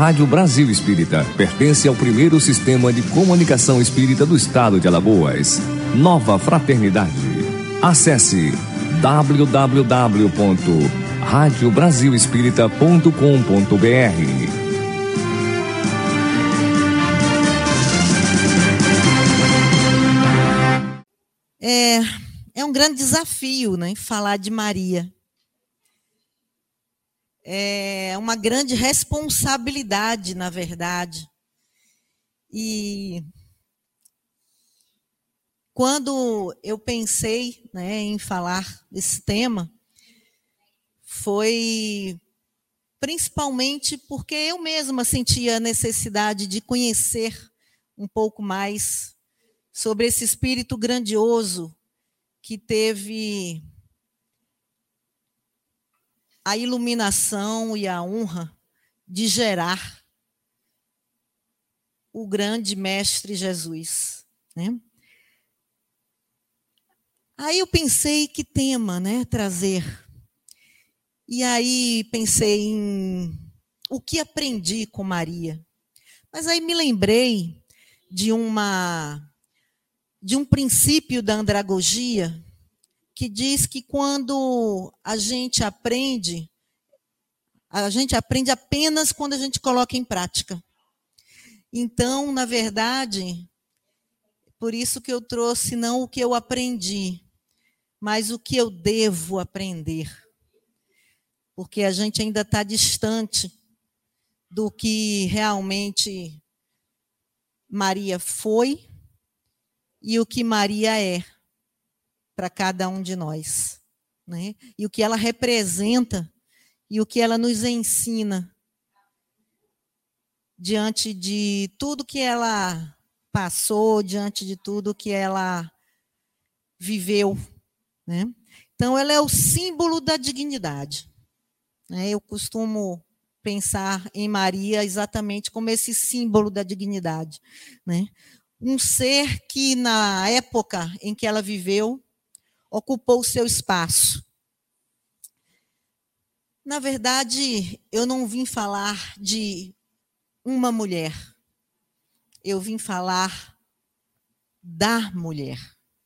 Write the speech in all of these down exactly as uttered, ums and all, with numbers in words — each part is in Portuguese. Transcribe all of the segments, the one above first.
Rádio Brasil Espírita pertence ao primeiro sistema de comunicação espírita do estado de Alagoas. Nova Fraternidade. Acesse w w w ponto rádio brasil espírita ponto com ponto b r. É, é um grande desafio, né, falar de Maria. É uma grande responsabilidade, na verdade. E quando eu pensei, né, em falar desse tema, foi principalmente porque eu mesma sentia a necessidade de conhecer um pouco mais sobre esse espírito grandioso que teve a iluminação e a honra de gerar o grande mestre Jesus, né? Aí eu pensei que tema, né, trazer. E aí pensei em o que aprendi com Maria. Mas aí me lembrei de uma de um princípio da andragogia que diz que quando a gente aprende, a gente aprende apenas quando a gente coloca em prática. Então, na verdade, por isso que eu trouxe não o que eu aprendi, mas o que eu devo aprender. Porque a gente ainda está distante do que realmente Maria foi e o que Maria é para cada um de nós, né? E o que ela representa e o que ela nos ensina diante de tudo que ela passou, diante de tudo que ela viveu, né? Então, ela é o símbolo da dignidade, né? Eu costumo pensar em Maria exatamente como esse símbolo da dignidade, né? Um ser que, na época em que ela viveu, ocupou o seu espaço. Na verdade, eu não vim falar de uma mulher. Eu vim falar da mulher.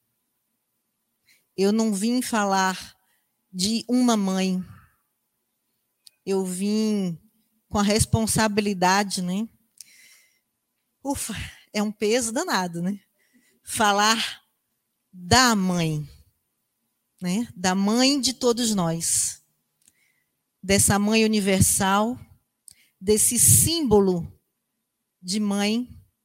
Eu não vim falar de uma mãe. Eu vim com a responsabilidade, né? Ufa, é um peso danado, né? Falar da mãe. Né, da mãe de todos nós, dessa mãe universal, desse símbolo de mãe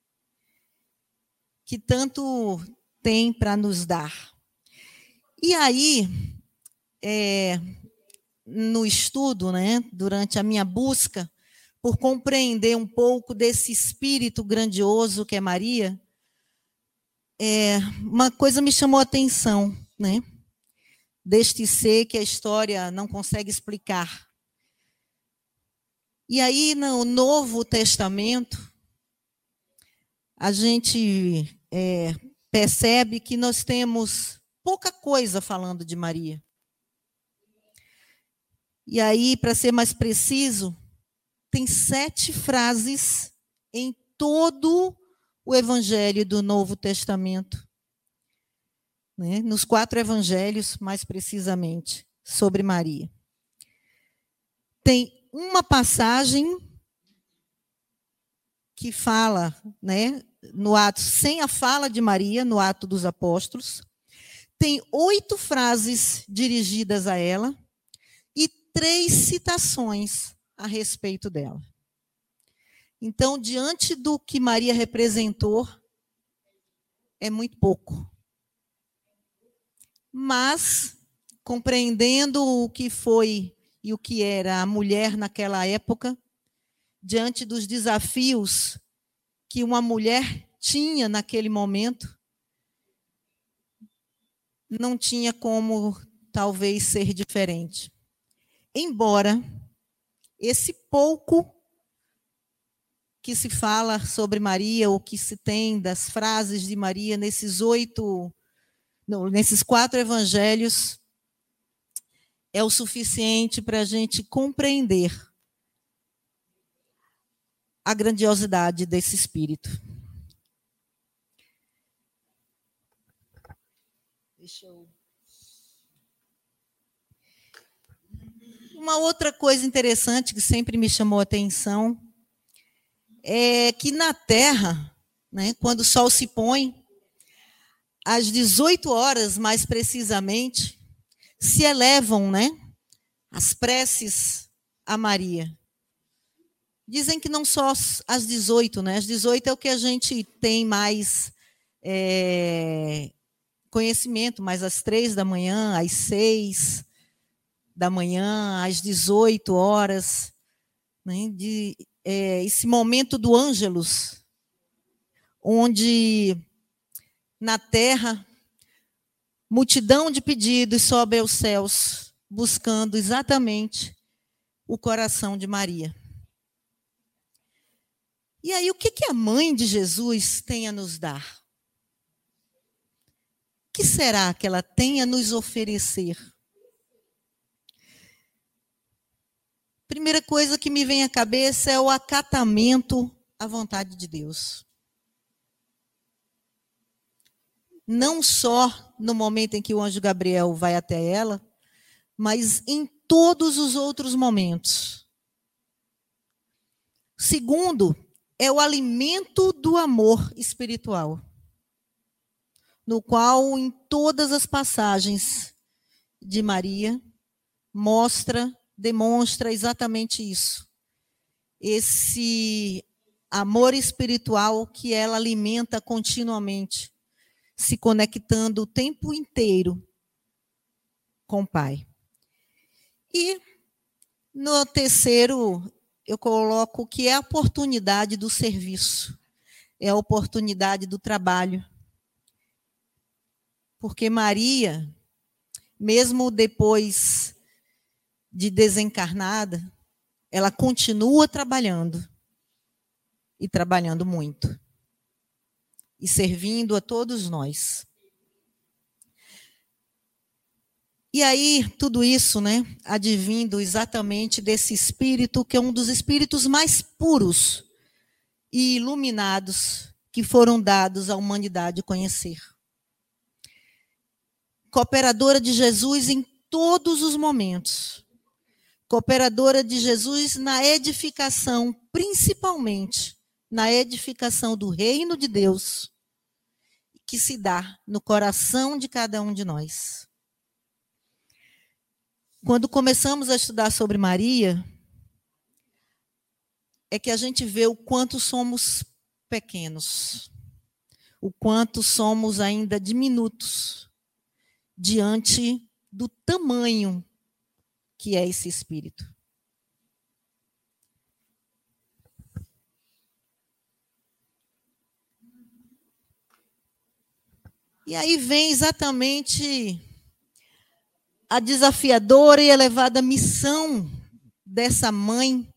que tanto tem para nos dar. E aí, é, no estudo, né, durante a minha busca por compreender um pouco desse espírito grandioso que é Maria, é, uma coisa me chamou a atenção, né? Deste ser que a história não consegue explicar. E aí, no Novo Testamento, a gente é, percebe que nós temos pouca coisa falando de Maria. E aí, para ser mais preciso, tem sete frases em todo o Evangelho do Novo Testamento. Né, nos quatro evangelhos, mais precisamente, sobre Maria. Tem uma passagem que fala, né, no ato, sem a fala de Maria, no Ato dos Apóstolos. Tem oito frases dirigidas a ela e três citações a respeito dela. Então, diante do que Maria representou, é muito pouco. Mas, compreendendo o que foi e o que era a mulher naquela época, diante dos desafios que uma mulher tinha naquele momento, não tinha como, talvez, ser diferente. Embora esse pouco que se fala sobre Maria, ou que se tem das frases de Maria nesses oito... Não, nesses quatro evangelhos, é o suficiente para a gente compreender a grandiosidade desse Espírito. Deixa eu... Uma outra coisa interessante que sempre me chamou a atenção é que na Terra, né, quando o sol se põe, às dezoito horas, mais precisamente, se elevam, né, as preces a Maria. Dizem que não só às dezoito, né? Às dezoito é o que a gente tem mais é, conhecimento, mas às três da manhã, às seis da manhã, às dezoito horas, né? De, é, esse momento do Ângelus, onde na terra, multidão de pedidos sobe aos céus, buscando exatamente o coração de Maria. E aí, o que, que a mãe de Jesus tem a nos dar? O que será que ela tem a nos oferecer? Primeira coisa que me vem à cabeça é o acatamento à vontade de Deus. Não só no momento em que o anjo Gabriel vai até ela, mas em todos os outros momentos. Segundo, é o alimento do amor espiritual, no qual, em todas as passagens de Maria, mostra, demonstra exatamente isso. Esse amor espiritual que ela alimenta continuamente, se conectando o tempo inteiro com o Pai. E no terceiro, eu coloco que é a oportunidade do serviço, é a oportunidade do trabalho. Porque Maria, mesmo depois de desencarnada, ela continua trabalhando, e trabalhando muito, e servindo a todos nós. E aí, tudo isso, né, advindo exatamente desse espírito, que é um dos espíritos mais puros e iluminados que foram dados à humanidade conhecer. Cooperadora de Jesus em todos os momentos. Cooperadora de Jesus na edificação, principalmente na edificação do reino de Deus, que se dá no coração de cada um de nós. Quando começamos a estudar sobre Maria, é que a gente vê o quanto somos pequenos, o quanto somos ainda diminutos diante do tamanho que é esse Espírito. E aí vem exatamente a desafiadora e elevada missão dessa mãe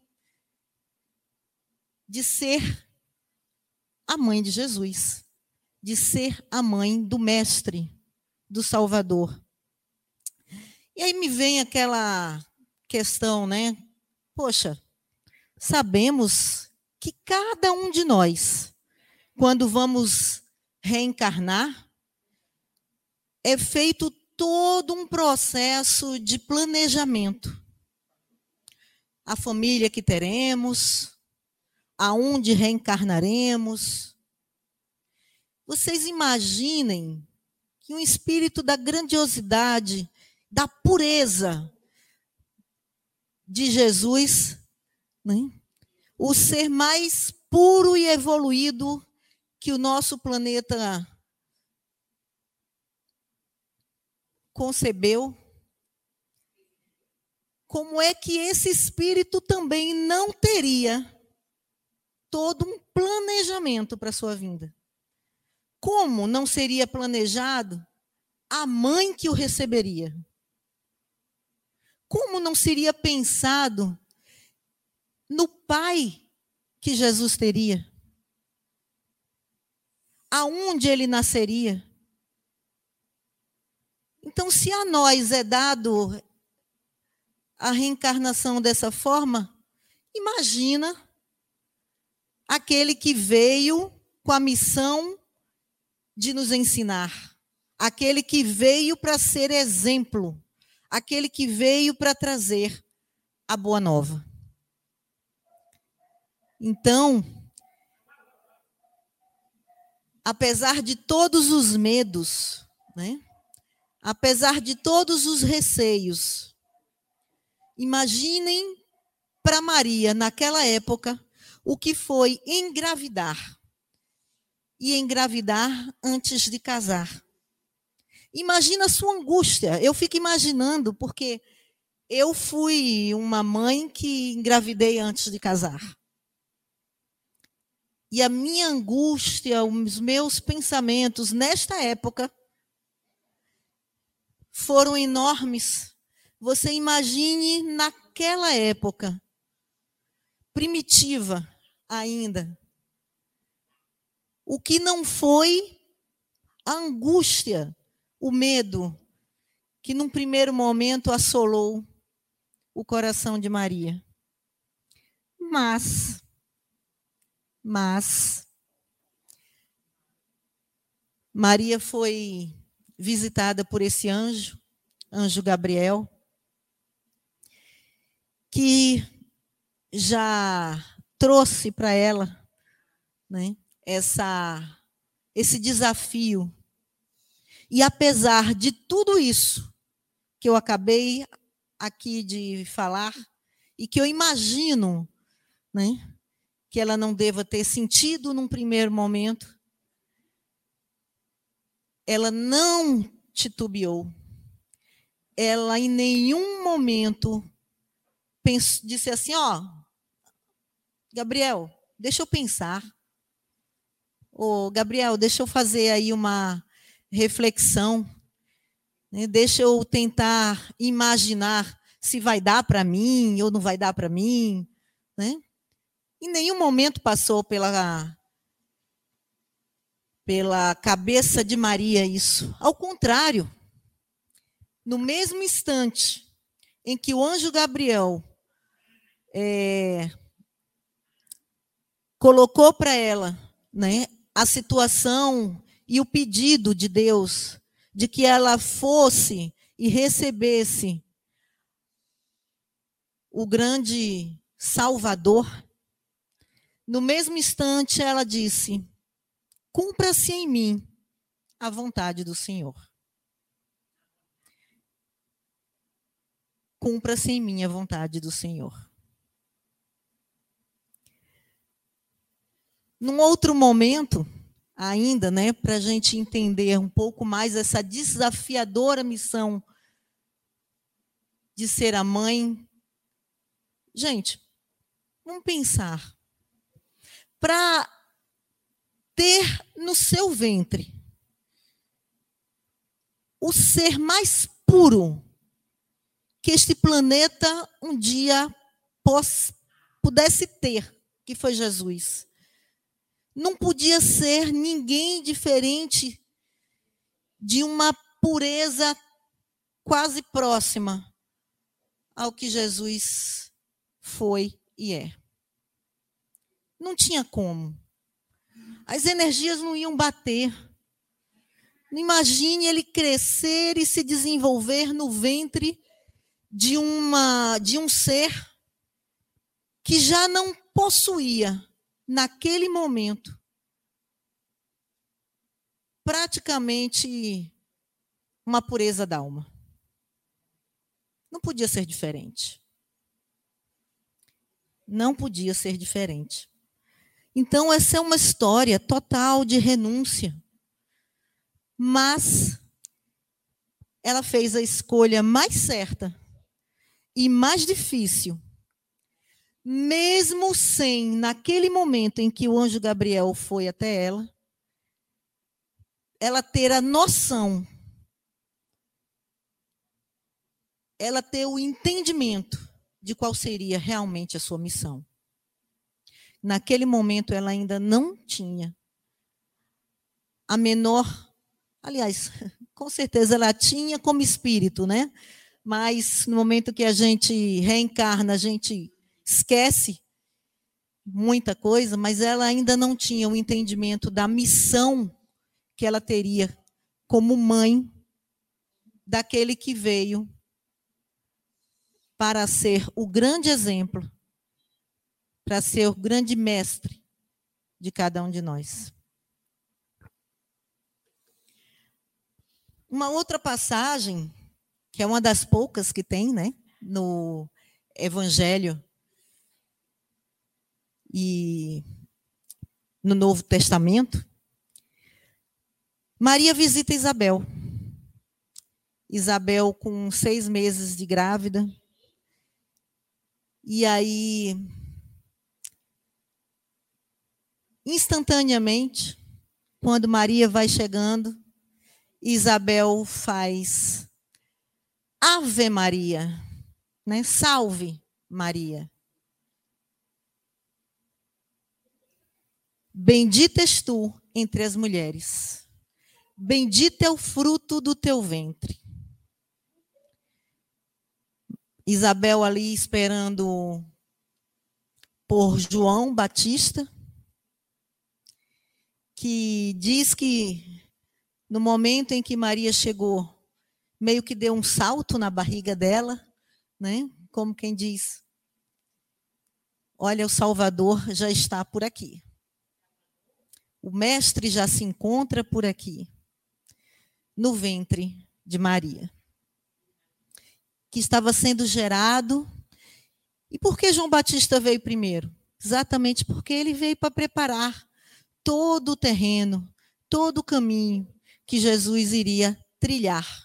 de ser a mãe de Jesus, de ser a mãe do Mestre, do Salvador. E aí me vem aquela questão, né? Poxa, sabemos que cada um de nós, quando vamos reencarnar, é feito todo um processo de planejamento. A família que teremos, aonde reencarnaremos. Vocês imaginem que um espírito da grandiosidade, da pureza de Jesus, né? O ser mais puro e evoluído que o nosso planeta concebeu, como é que esse espírito também não teria todo um planejamento para a sua vinda? Como não seria planejado a mãe que o receberia? Como não seria pensado no pai que Jesus teria? Aonde ele nasceria? Então, se a nós é dado a reencarnação dessa forma, imagina aquele que veio com a missão de nos ensinar, aquele que veio para ser exemplo, aquele que veio para trazer a boa nova. Então, apesar de todos os medos, né? Apesar de todos os receios, imaginem para Maria, naquela época, o que foi engravidar. E engravidar antes de casar. Imagina a sua angústia. Eu fico imaginando, porque eu fui uma mãe que engravidei antes de casar. E a minha angústia, os meus pensamentos nesta época foram enormes. Você imagine naquela época, primitiva ainda, o que não foi a angústia, o medo, que num primeiro momento assolou o coração de Maria. Mas, mas, Maria foi visitada por esse anjo, anjo Gabriel, que já trouxe para ela, né, essa, esse desafio. E apesar de tudo isso que eu acabei aqui de falar, e que eu imagino, né, que ela não deva ter sentido num primeiro momento, ela não titubeou. Ela em nenhum momento pensou, disse assim, ó, Gabriel, deixa eu pensar. Ô, Gabriel, deixa eu fazer aí uma reflexão, né? Deixa eu tentar imaginar se vai dar para mim ou não vai dar para mim, né? Em nenhum momento passou pela, pela cabeça de Maria isso. Ao contrário, no mesmo instante em que o anjo Gabriel é, colocou para ela, né, a situação e o pedido de Deus de que ela fosse e recebesse o grande Salvador, no mesmo instante ela disse, cumpra-se em mim a vontade do Senhor. Cumpra-se em mim a vontade do Senhor. Num outro momento, ainda, né, para a gente entender um pouco mais essa desafiadora missão de ser a mãe. Gente, vamos pensar. Para ter no seu ventre o ser mais puro que este planeta um dia pos, pudesse ter, que foi Jesus. Não podia ser ninguém diferente de uma pureza quase próxima ao que Jesus foi e é. Não tinha como. As energias não iam bater. Imagine ele crescer e se desenvolver no ventre de, uma, de um ser que já não possuía, naquele momento, praticamente uma pureza da alma. Não podia ser diferente. Não podia ser diferente. Então, essa é uma história total de renúncia. Mas ela fez a escolha mais certa e mais difícil, mesmo sem, naquele momento em que o anjo Gabriel foi até ela, ela ter a noção, ela ter o entendimento de qual seria realmente a sua missão. Naquele momento ela ainda não tinha a menor, aliás, com certeza ela tinha como espírito, né? Mas no momento que a gente reencarna, a gente esquece muita coisa, mas ela ainda não tinha o entendimento da missão que ela teria como mãe daquele que veio para ser o grande exemplo, para ser o grande mestre de cada um de nós. Uma outra passagem, que é uma das poucas que tem, né, no Evangelho e no Novo Testamento, Maria visita Isabel. Isabel com seis meses de grávida. E aí, instantaneamente, quando Maria vai chegando, Isabel faz Ave Maria, né? Salve Maria. Bendita és tu entre as mulheres. Bendito é o fruto do teu ventre. Isabel ali esperando por João Batista, que diz que no momento em que Maria chegou, meio que deu um salto na barriga dela, né? Como quem diz, olha, o Salvador já está por aqui. O mestre já se encontra por aqui, no ventre de Maria, que estava sendo gerado. E por que João Batista veio primeiro? Exatamente porque ele veio para preparar todo o terreno, todo o caminho que Jesus iria trilhar.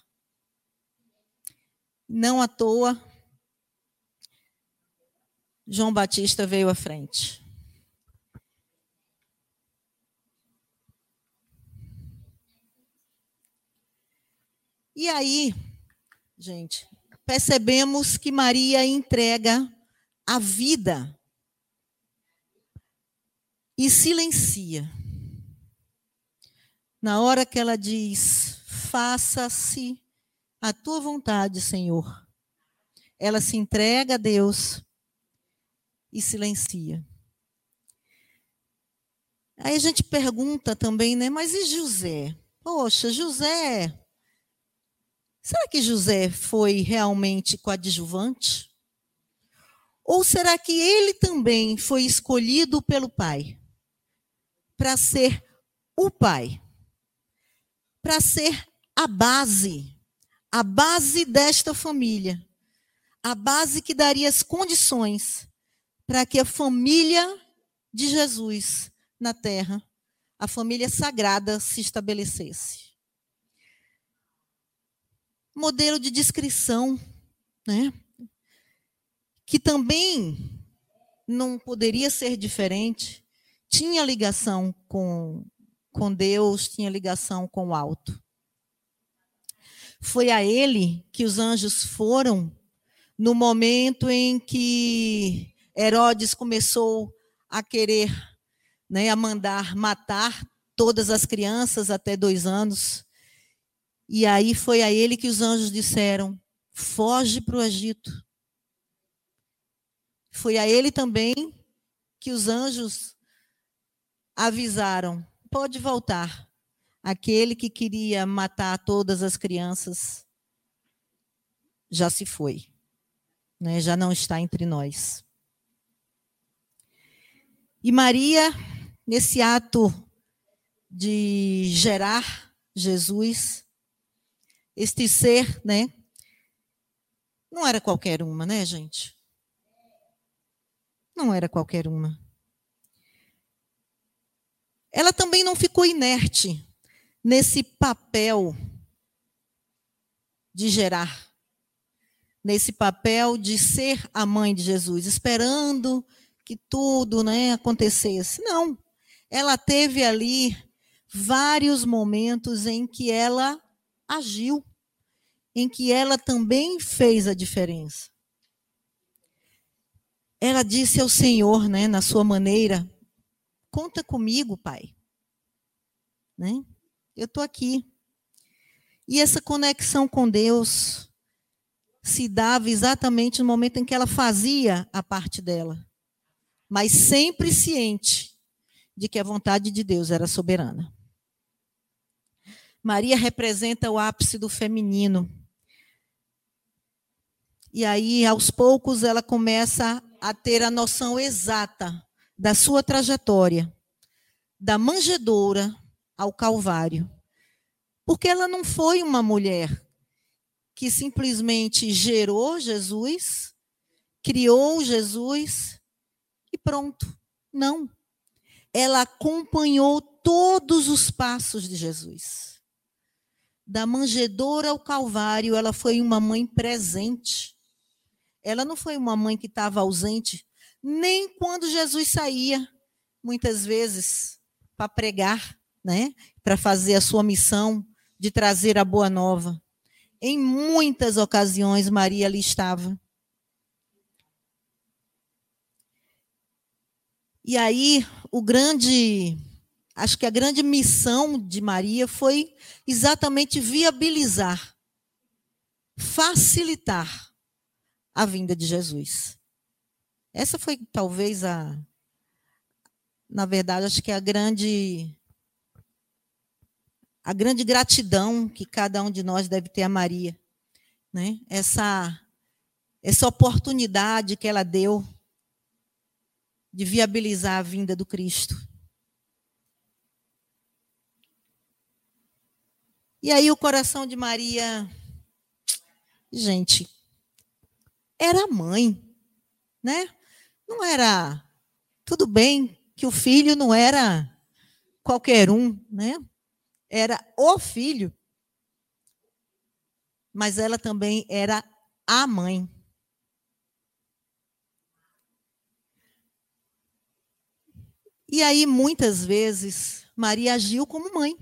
Não à toa, João Batista veio à frente. E aí, gente, percebemos que Maria entrega a vida e silencia. Na hora que ela diz, faça-se a tua vontade, Senhor, ela se entrega a Deus e silencia. Aí a gente pergunta também, né? Mas e José? Poxa, José, será que José foi realmente coadjuvante? Ou será que ele também foi escolhido pelo pai para ser o pai? Para ser a base, a base desta família, a base que daria as condições para que a família de Jesus na terra, a família sagrada, se estabelecesse. Modelo de descrição, né? Que também não poderia ser diferente, tinha ligação com com Deus, tinha ligação com o alto. Foi a ele que os anjos foram no momento em que Herodes começou a querer, né, a mandar matar todas as crianças até dois anos. E aí foi a ele que os anjos disseram, foge para o Egito. Foi a ele também que os anjos avisaram, pode voltar. Aquele que queria matar todas as crianças já se foi, né? Já não está entre nós. E Maria, nesse ato de gerar Jesus, este ser, né? Não era qualquer uma, né, gente? Não era qualquer uma. Ela também não ficou inerte nesse papel de gerar, nesse papel de ser a mãe de Jesus, esperando que tudo, né, acontecesse. Não, ela teve ali vários momentos em que ela agiu, em que ela também fez a diferença. Ela disse ao Senhor, né, na sua maneira, conta comigo, Pai. Né? Eu estou aqui. E essa conexão com Deus se dava exatamente no momento em que ela fazia a parte dela. mas sempre ciente de que a vontade de Deus era soberana. Maria representa o ápice do feminino. E aí, aos poucos, ela começa a ter a noção exata da sua trajetória, da manjedoura ao Calvário. Porque ela não foi uma mulher que simplesmente gerou Jesus, criou Jesus e pronto. Não. Ela acompanhou todos os passos de Jesus. Da manjedoura ao Calvário, ela foi uma mãe presente. Ela não foi uma mãe que estava ausente, nem quando Jesus saía, muitas vezes, para pregar, né? Para fazer a sua missão de trazer a boa nova. Em muitas ocasiões, Maria ali estava. E aí, o grande, acho que a grande missão de Maria foi exatamente viabilizar, facilitar a vinda de Jesus. Essa foi talvez a, na verdade, acho que a grande, a grande gratidão que cada um de nós deve ter a Maria, né? Essa, essa oportunidade que ela deu de viabilizar a vinda do Cristo. E aí o coração de Maria, gente, era mãe, né? Não era, tudo bem que o filho não era qualquer um, né? Era o filho, mas ela também era a mãe. E aí, muitas vezes, Maria agiu como mãe.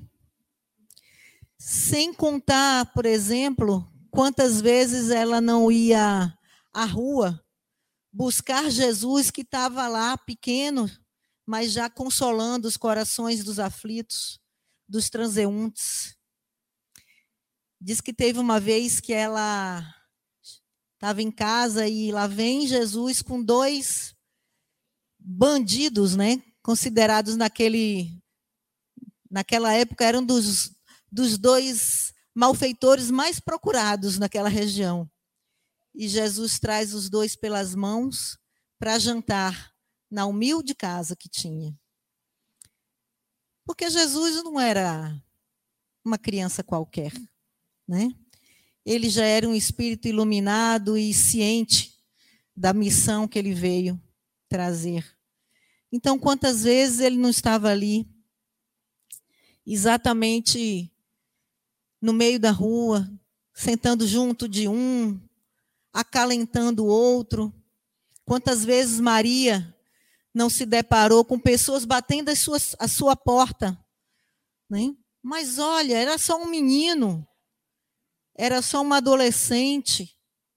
Sem contar, por exemplo, quantas vezes ela não ia à rua buscar Jesus, que estava lá pequeno, mas já consolando os corações dos aflitos, dos transeuntes. Diz que teve uma vez que ela estava em casa e lá vem Jesus com dois bandidos, né? Considerados naquele, naquela época, eram dos, dos dois malfeitores mais procurados naquela região. E Jesus traz os dois pelas mãos para jantar na humilde casa que tinha. Porque Jesus não era uma criança qualquer, né? Ele já era um espírito iluminado e ciente da missão que ele veio trazer. Então, quantas vezes ele não estava ali, exatamente no meio da rua, sentando junto de um, acalentando o outro. Quantas vezes Maria não se deparou com pessoas batendo as suas, a sua porta, né? Mas olha, era só um menino, era só uma adolescente,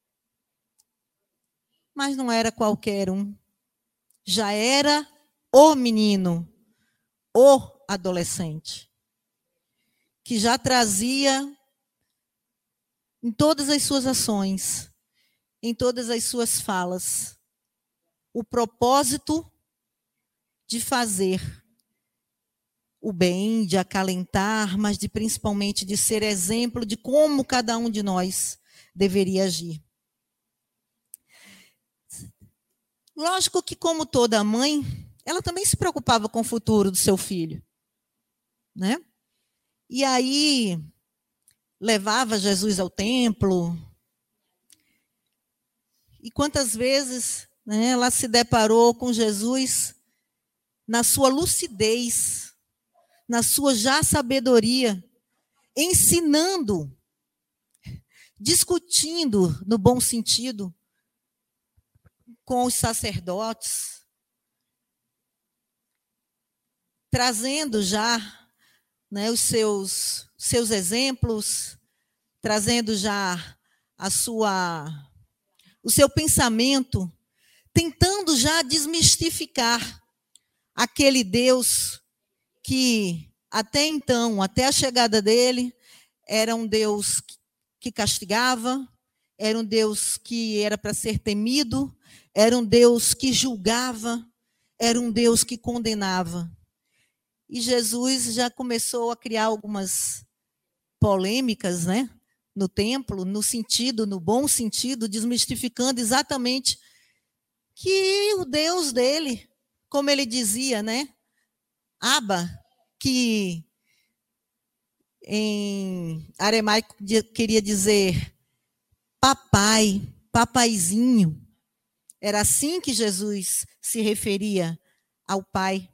mas não era qualquer um, já era o menino, o adolescente, que já trazia em todas as suas ações, em todas as suas falas, o propósito de fazer o bem, de acalentar, mas de principalmente de ser exemplo de como cada um de nós deveria agir. Lógico que, como toda mãe, ela também se preocupava com o futuro do seu filho, né? E aí levava Jesus ao templo. E quantas vezes, né, ela se deparou com Jesus na sua lucidez, na sua já sabedoria, ensinando, discutindo no bom sentido com os sacerdotes, trazendo já, né, os seus, seus exemplos, trazendo já a sua, o seu pensamento, tentando já desmistificar aquele Deus que até então, até a chegada dele, era um Deus que castigava, era um Deus que era para ser temido, era um Deus que julgava, era um Deus que condenava. E Jesus já começou a criar algumas polêmicas, né, no templo, no sentido, no bom sentido, desmistificando exatamente que o Deus dele, como ele dizia, né, Abba, que em aramaico queria dizer papai, papaizinho. Era assim que Jesus se referia ao Pai.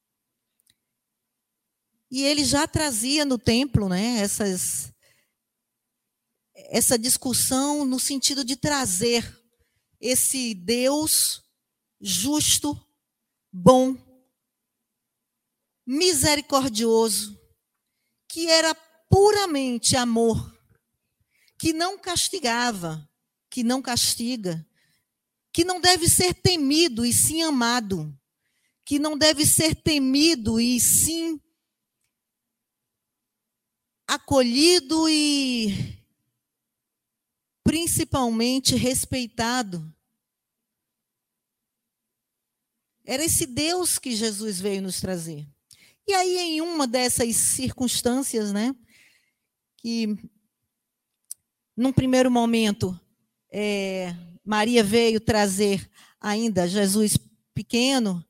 E ele já trazia no templo, né, essas, essa discussão no sentido de trazer esse Deus justo, bom, misericordioso, que era puramente amor, que não castigava, que não castiga, que não deve ser temido e sim amado, que não deve ser temido e sim acolhido e principalmente respeitado. Era esse Deus que Jesus veio nos trazer. E aí, em uma dessas circunstâncias, né, que, num primeiro momento, é, Maria veio trazer ainda Jesus pequeno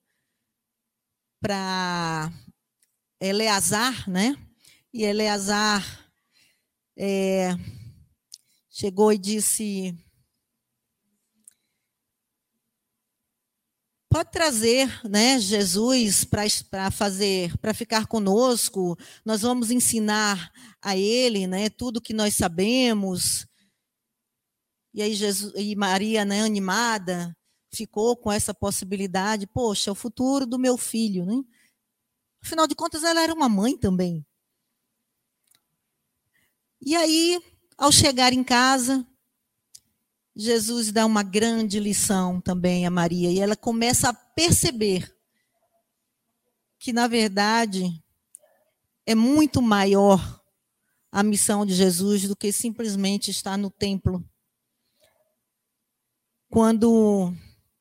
para Eleazar, né? E Eleazar é, chegou e disse: pode trazer, né, Jesus para fazer, para ficar conosco. Nós vamos ensinar a ele, né, tudo que nós sabemos. E aí Jesus, e Maria, né, animada, ficou com essa possibilidade. Poxa, é o futuro do meu filho, né? Afinal de contas, ela era uma mãe também. E aí, ao chegar em casa, Jesus dá uma grande lição também a Maria. E ela começa a perceber que, na verdade, é muito maior a missão de Jesus do que simplesmente estar no templo. Quando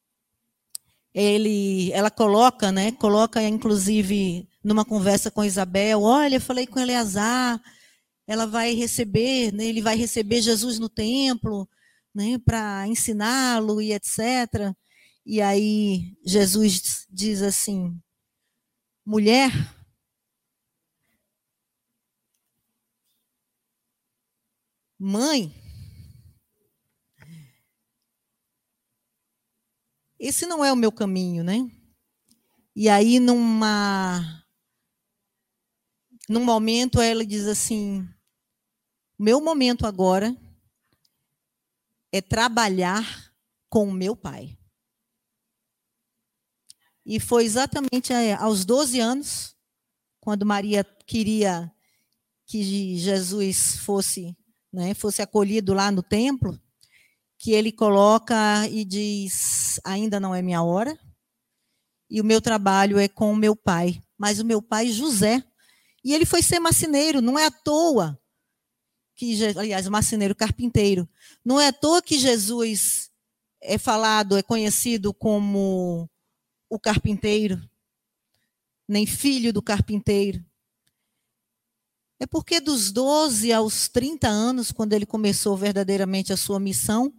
ele, ela coloca, né, coloca inclusive numa conversa com Isabel, olha, eu falei com Eleazar, ela vai receber, né, ele vai receber Jesus no templo, né, para ensiná-lo e etcétera. E aí Jesus diz assim: mulher, mãe, esse não é o meu caminho, né? E aí, numa, num momento, ela diz assim: meu momento agora é trabalhar com o meu pai. E foi exatamente aos doze anos, quando Maria queria que Jesus fosse, né, fosse acolhido lá no templo, que ele coloca e diz: ainda não é minha hora, e o meu trabalho é com o meu pai. Mas o meu pai, José, e ele foi ser marceneiro, não é à toa que, aliás, marceneiro, carpinteiro, não é à toa que Jesus é falado, é conhecido como o carpinteiro, nem filho do carpinteiro. É porque dos doze aos trinta anos, quando ele começou verdadeiramente a sua missão,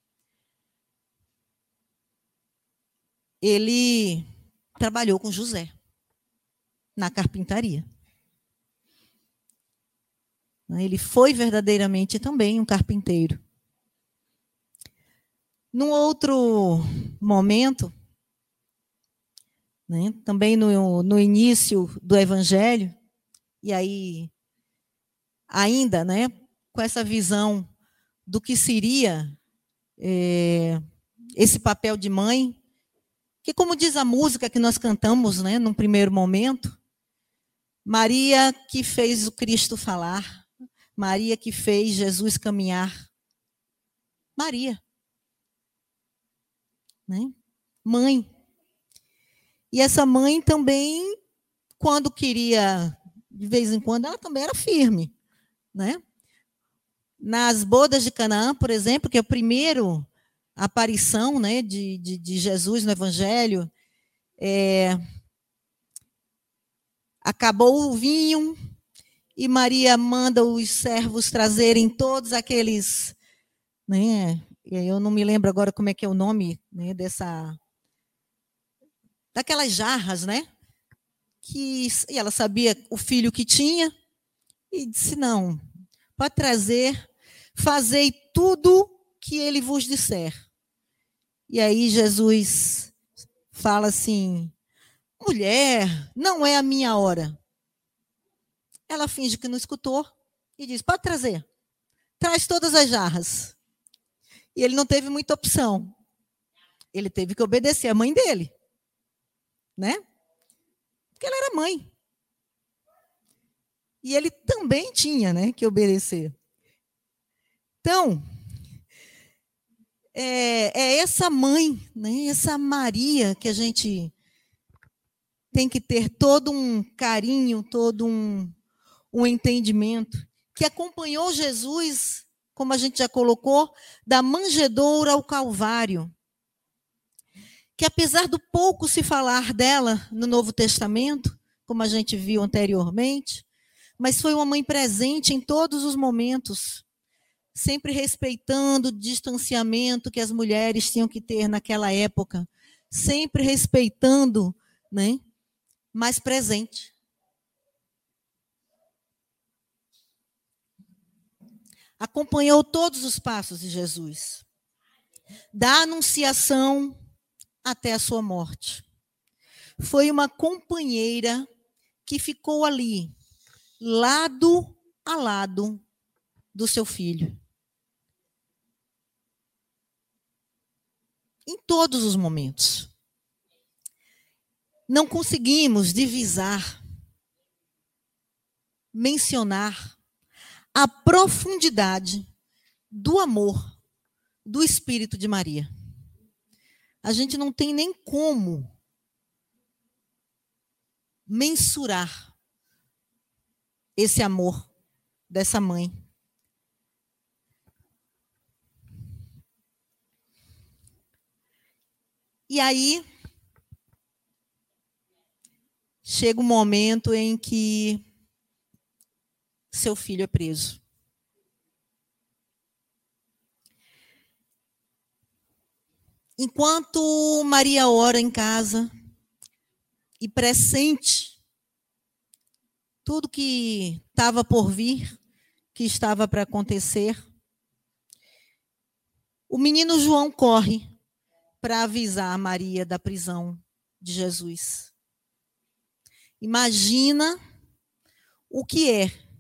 ele trabalhou com José na carpintaria. Ele foi verdadeiramente também um carpinteiro. Num outro momento, né, também no, no início do Evangelho, e aí ainda, né, com essa visão do que seria é, esse papel de mãe, que, como diz a música que nós cantamos, né, num primeiro momento, Maria que fez o Cristo falar, Maria que fez Jesus caminhar. Maria, né? Mãe. E essa mãe também, quando queria, de vez em quando, ela também era firme, né? Nas bodas de Canaã, por exemplo, que é a primeira aparição, né, de, de, de Jesus no Evangelho, É, acabou o vinho e Maria manda os servos trazerem todos aqueles, né? Eu não me lembro agora como é que é o nome, né, dessa, daquelas jarras, né? Que e ela sabia o filho que tinha e disse não, pode trazer, fazei tudo que ele vos disser. E aí Jesus fala assim: mulher, não é a minha hora. Ela finge que não escutou e diz: pode trazer. Traz todas as jarras. E ele não teve muita opção. Ele teve que obedecer a mãe dele. Né? Porque ela era mãe. E ele também tinha, né, que obedecer. Então, é, é essa mãe, né, essa Maria que a gente tem que ter todo um carinho, todo um um entendimento, que acompanhou Jesus, como a gente já colocou, da manjedoura ao Calvário. Que apesar do pouco se falar dela no Novo Testamento, como a gente viu anteriormente, mas foi uma mãe presente em todos os momentos, sempre respeitando o distanciamento que as mulheres tinham que ter naquela época, sempre respeitando, né, mas presente. Acompanhou todos os passos de Jesus, da anunciação até a sua morte. Foi uma companheira que ficou ali, lado a lado do seu filho. Em todos os momentos. Não conseguimos divisar, mencionar a profundidade do amor do Espírito de Maria. A gente não tem nem como mensurar esse amor dessa mãe. E aí, chega um momento em que seu filho é preso. Enquanto Maria ora em casa e pressente tudo que estava por vir, que estava para acontecer, o menino João corre para avisar a Maria da prisão de Jesus. Imagina o que é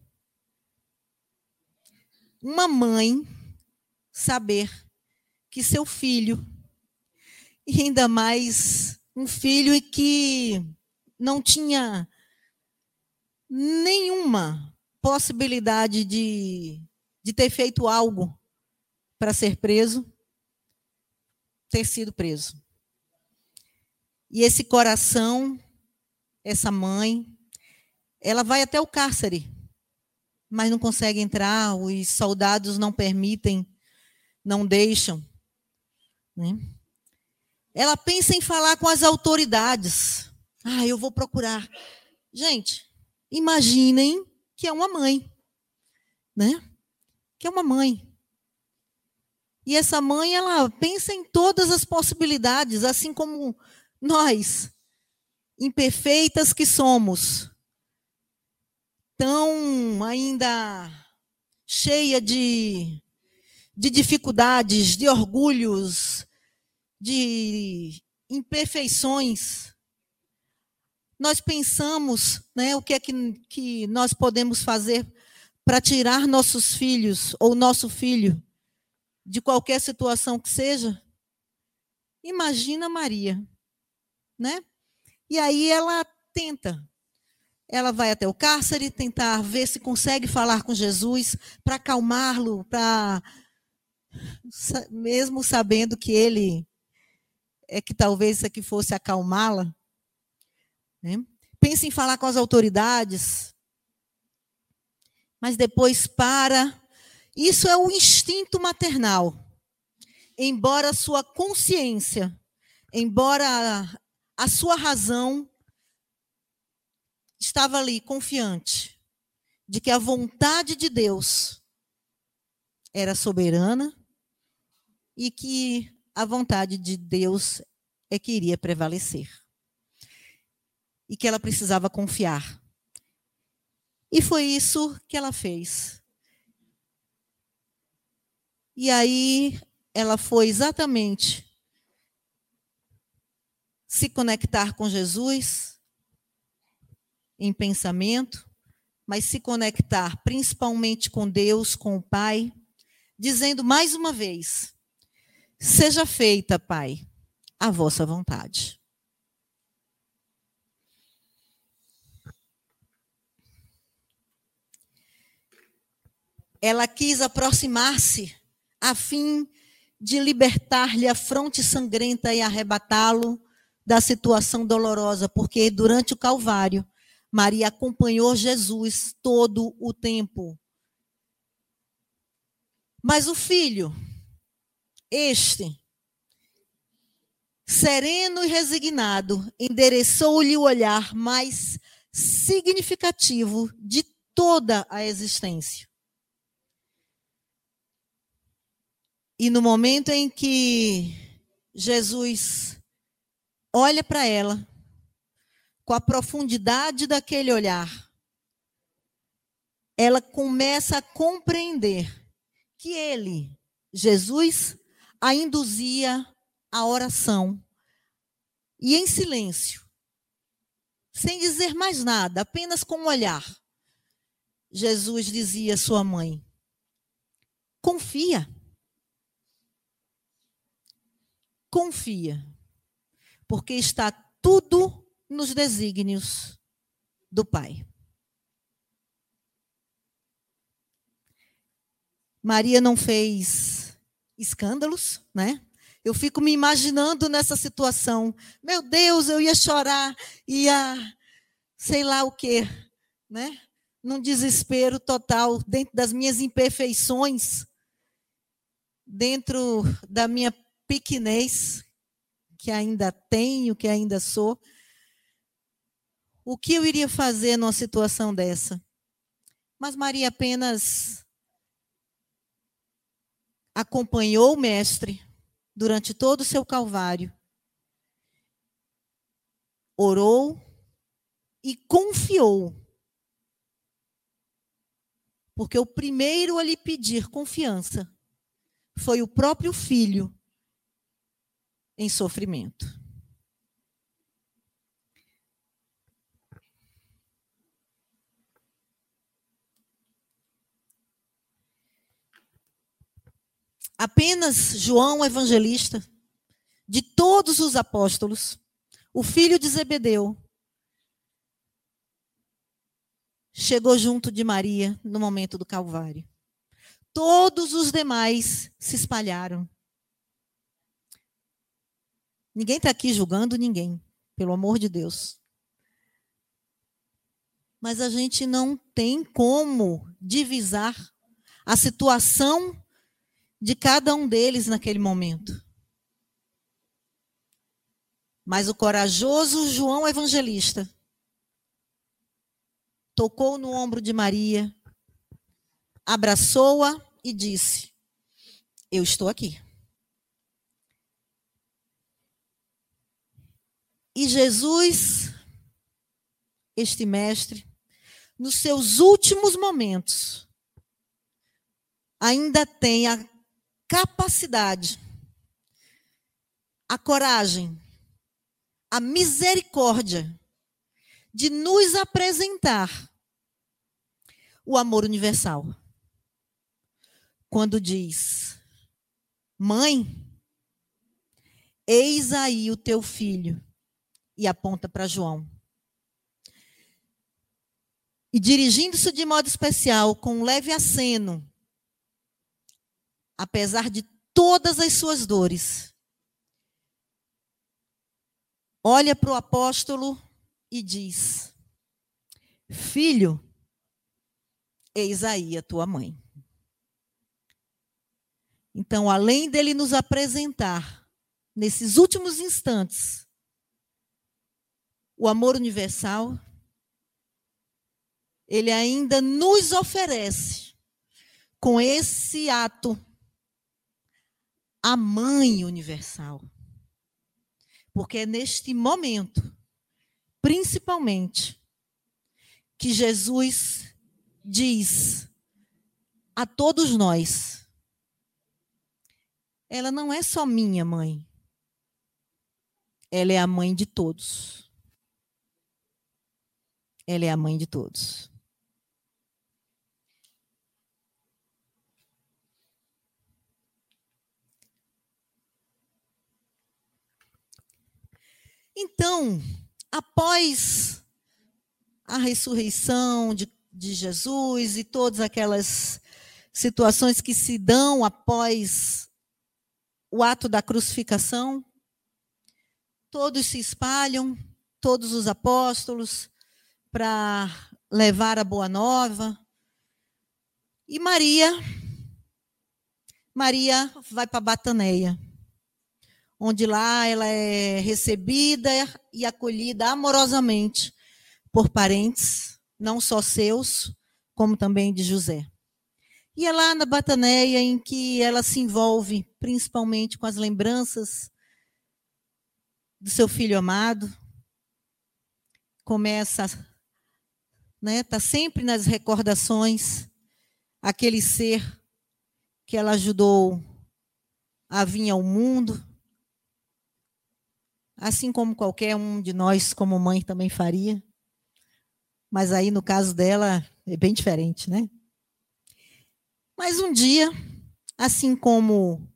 uma mãe saber que seu filho, e ainda mais um filho que não tinha nenhuma possibilidade de, de ter feito algo para ser preso, ter sido preso. E esse coração, essa mãe, ela vai até o cárcere, mas não consegue entrar, os soldados não permitem, não deixam. Né? Ela pensa em falar com as autoridades. Ah, eu vou procurar. Gente, imaginem que é uma mãe, né? Que é uma mãe. E essa mãe, ela pensa em todas as possibilidades, assim como nós, imperfeitas que somos, tão ainda cheia de, de dificuldades, de orgulhos, de imperfeições. Nós pensamos, né, o que é que, que nós podemos fazer para tirar nossos filhos ou nosso filho de qualquer situação que seja. Imagina Maria, né? E aí ela tenta. Ela vai até o cárcere tentar ver se consegue falar com Jesus para acalmá-lo, para mesmo sabendo que ele é que talvez isso aqui fosse acalmá-la. Né? Pensa em falar com as autoridades, mas depois para. Isso é o instinto maternal. Embora a sua consciência, embora a sua razão estava ali, confiante, de que a vontade de Deus era soberana e que a vontade de Deus é que iria prevalecer. E que ela precisava confiar. E foi isso que ela fez. E aí ela foi exatamente se conectar com Jesus em pensamento, mas se conectar principalmente com Deus, com o Pai, dizendo mais uma vez: seja feita, Pai, a vossa vontade. Ela quis aproximar-se a fim de libertar-lhe a fronte sangrenta e arrebatá-lo da situação dolorosa, porque durante o Calvário, Maria acompanhou Jesus todo o tempo. Mas o filho, este, sereno e resignado, endereçou-lhe o olhar mais significativo de toda a existência. E no momento em que Jesus olha para ela, com a profundidade daquele olhar, ela começa a compreender que ele, Jesus, a induzia à oração. E em silêncio, sem dizer mais nada, apenas com o olhar, Jesus dizia à sua mãe: confia. Confia, porque está tudo nos desígnios do Pai. Maria não fez escândalos, né? Eu fico me imaginando nessa situação. Meu Deus, eu ia chorar, ia sei lá o quê, né? Num desespero total, dentro das minhas imperfeições, dentro da minha pequenez, que ainda tenho, que ainda sou. O que eu iria fazer numa situação dessa? Mas Maria apenas acompanhou o Mestre durante todo o seu Calvário, orou e confiou. Porque o primeiro a lhe pedir confiança foi o próprio Filho em sofrimento. Apenas João Evangelista, de todos os apóstolos, o filho de Zebedeu, chegou junto de Maria no momento do Calvário. Todos os demais se espalharam. Ninguém está aqui julgando ninguém, pelo amor de Deus. Mas a gente não tem como divisar a situação de cada um deles naquele momento. Mas o corajoso João Evangelista tocou no ombro de Maria, abraçou-a e disse: eu estou aqui. E Jesus, este mestre, nos seus últimos momentos, ainda tem a capacidade, a coragem, a misericórdia de nos apresentar o amor universal. Quando diz: mãe, eis aí o teu filho, e aponta para João. E dirigindo-se de modo especial, com um leve aceno, apesar de todas as suas dores, olha para o apóstolo e diz: filho, eis aí a tua mãe. Então, além dele nos apresentar, nesses últimos instantes, o amor universal, ele ainda nos oferece, com esse ato, a mãe universal. Porque é neste momento, principalmente, que Jesus diz a todos nós: ela não é só minha mãe, ela é a mãe de todos. Ela é a mãe de todos. Então, após a ressurreição de, de Jesus e todas aquelas situações que se dão após o ato da crucificação, todos se espalham, todos os apóstolos, para levar a boa nova. E Maria, Maria vai para Bataneia, onde lá ela é recebida e acolhida amorosamente por parentes, não só seus, como também de José. E é lá na Bataneia em que ela se envolve, principalmente com as lembranças do seu filho amado. Começa, né, tá sempre nas recordações, aquele ser que ela ajudou a vir ao mundo, assim como qualquer um de nós, como mãe, também faria. Mas aí, no caso dela, é bem diferente, né? Mas um dia, assim como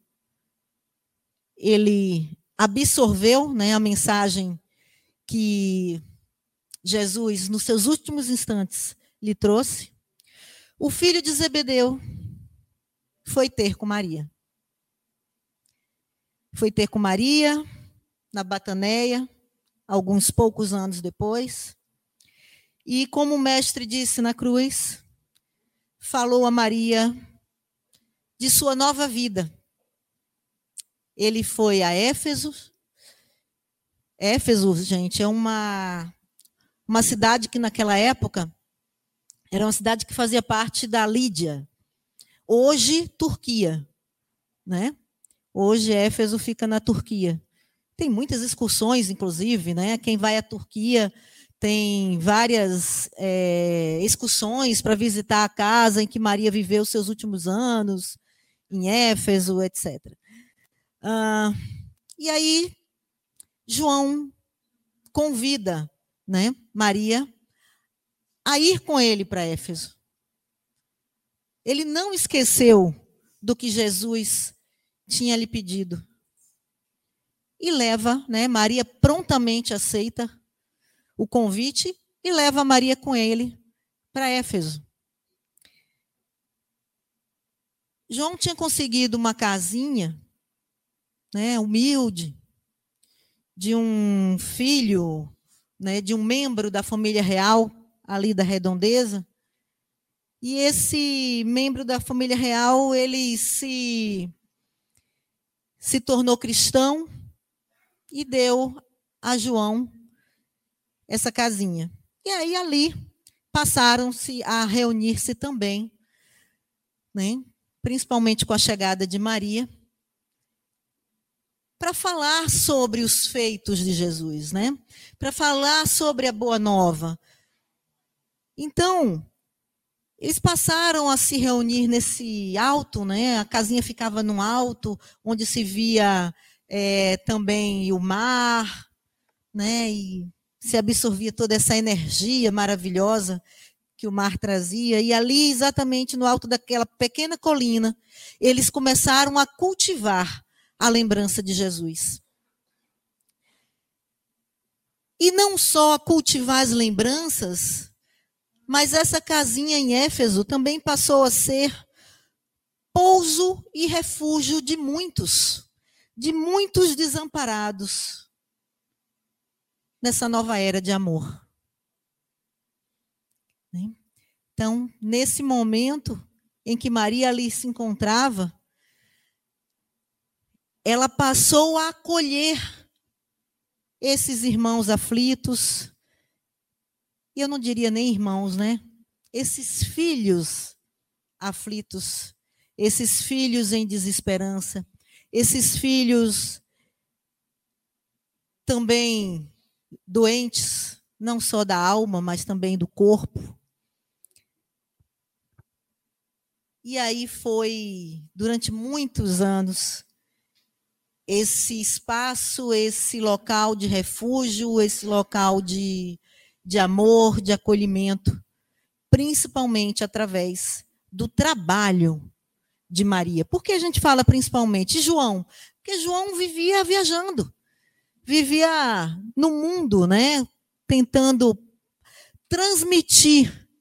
ele absorveu, né, a mensagem que Jesus, nos seus últimos instantes, lhe trouxe, o filho de Zebedeu foi ter com Maria. Foi ter com Maria na Bataneia, alguns poucos anos depois. E como o mestre disse na cruz, falou a Maria de sua nova vida. Ele foi a Éfeso. Éfeso, gente, é uma, uma cidade que naquela época era uma cidade que fazia parte da Lídia. Hoje, Turquia, né? Hoje, Éfeso fica na Turquia. Tem muitas excursões, inclusive, né? Quem vai à Turquia tem várias é, excursões para visitar a casa em que Maria viveu seus últimos anos, em Éfeso, etcétera. Ah, e aí, João convida, né, Maria a ir com ele para Éfeso. Ele não esqueceu do que Jesus tinha lhe pedido. E leva, né, Maria prontamente aceita o convite e leva Maria com ele para Éfeso. João tinha conseguido uma casinha, né, humilde, de um filho, né, de um membro da família real, ali da Redondeza. E esse membro da família real, ele se, se tornou cristão e deu a João essa casinha. E aí ali passaram-se a reunir-se também, né, principalmente com a chegada de Maria, para falar sobre os feitos de Jesus, né? Para falar sobre a boa nova. Então, eles passaram a se reunir nesse alto, né? A casinha ficava num alto, onde se via é, também o mar, né? E se absorvia toda essa energia maravilhosa que o mar trazia. E ali, exatamente no alto daquela pequena colina, eles começaram a cultivar a lembrança de Jesus. E não só cultivar as lembranças, mas essa casinha em Éfeso também passou a ser pouso e refúgio de muitos, de muitos desamparados nessa nova era de amor. Então, nesse momento em que Maria ali se encontrava, ela passou a acolher esses irmãos aflitos, e eu não diria nem irmãos, né? Esses filhos aflitos, esses filhos em desesperança, esses filhos também doentes, não só da alma, mas também do corpo. E aí foi, durante muitos anos, esse espaço, esse local de refúgio, esse local de, de amor, de acolhimento, principalmente através do trabalho de Maria. Por que a gente fala principalmente? João, porque João vivia viajando, vivia no mundo, né? Tentando transmitir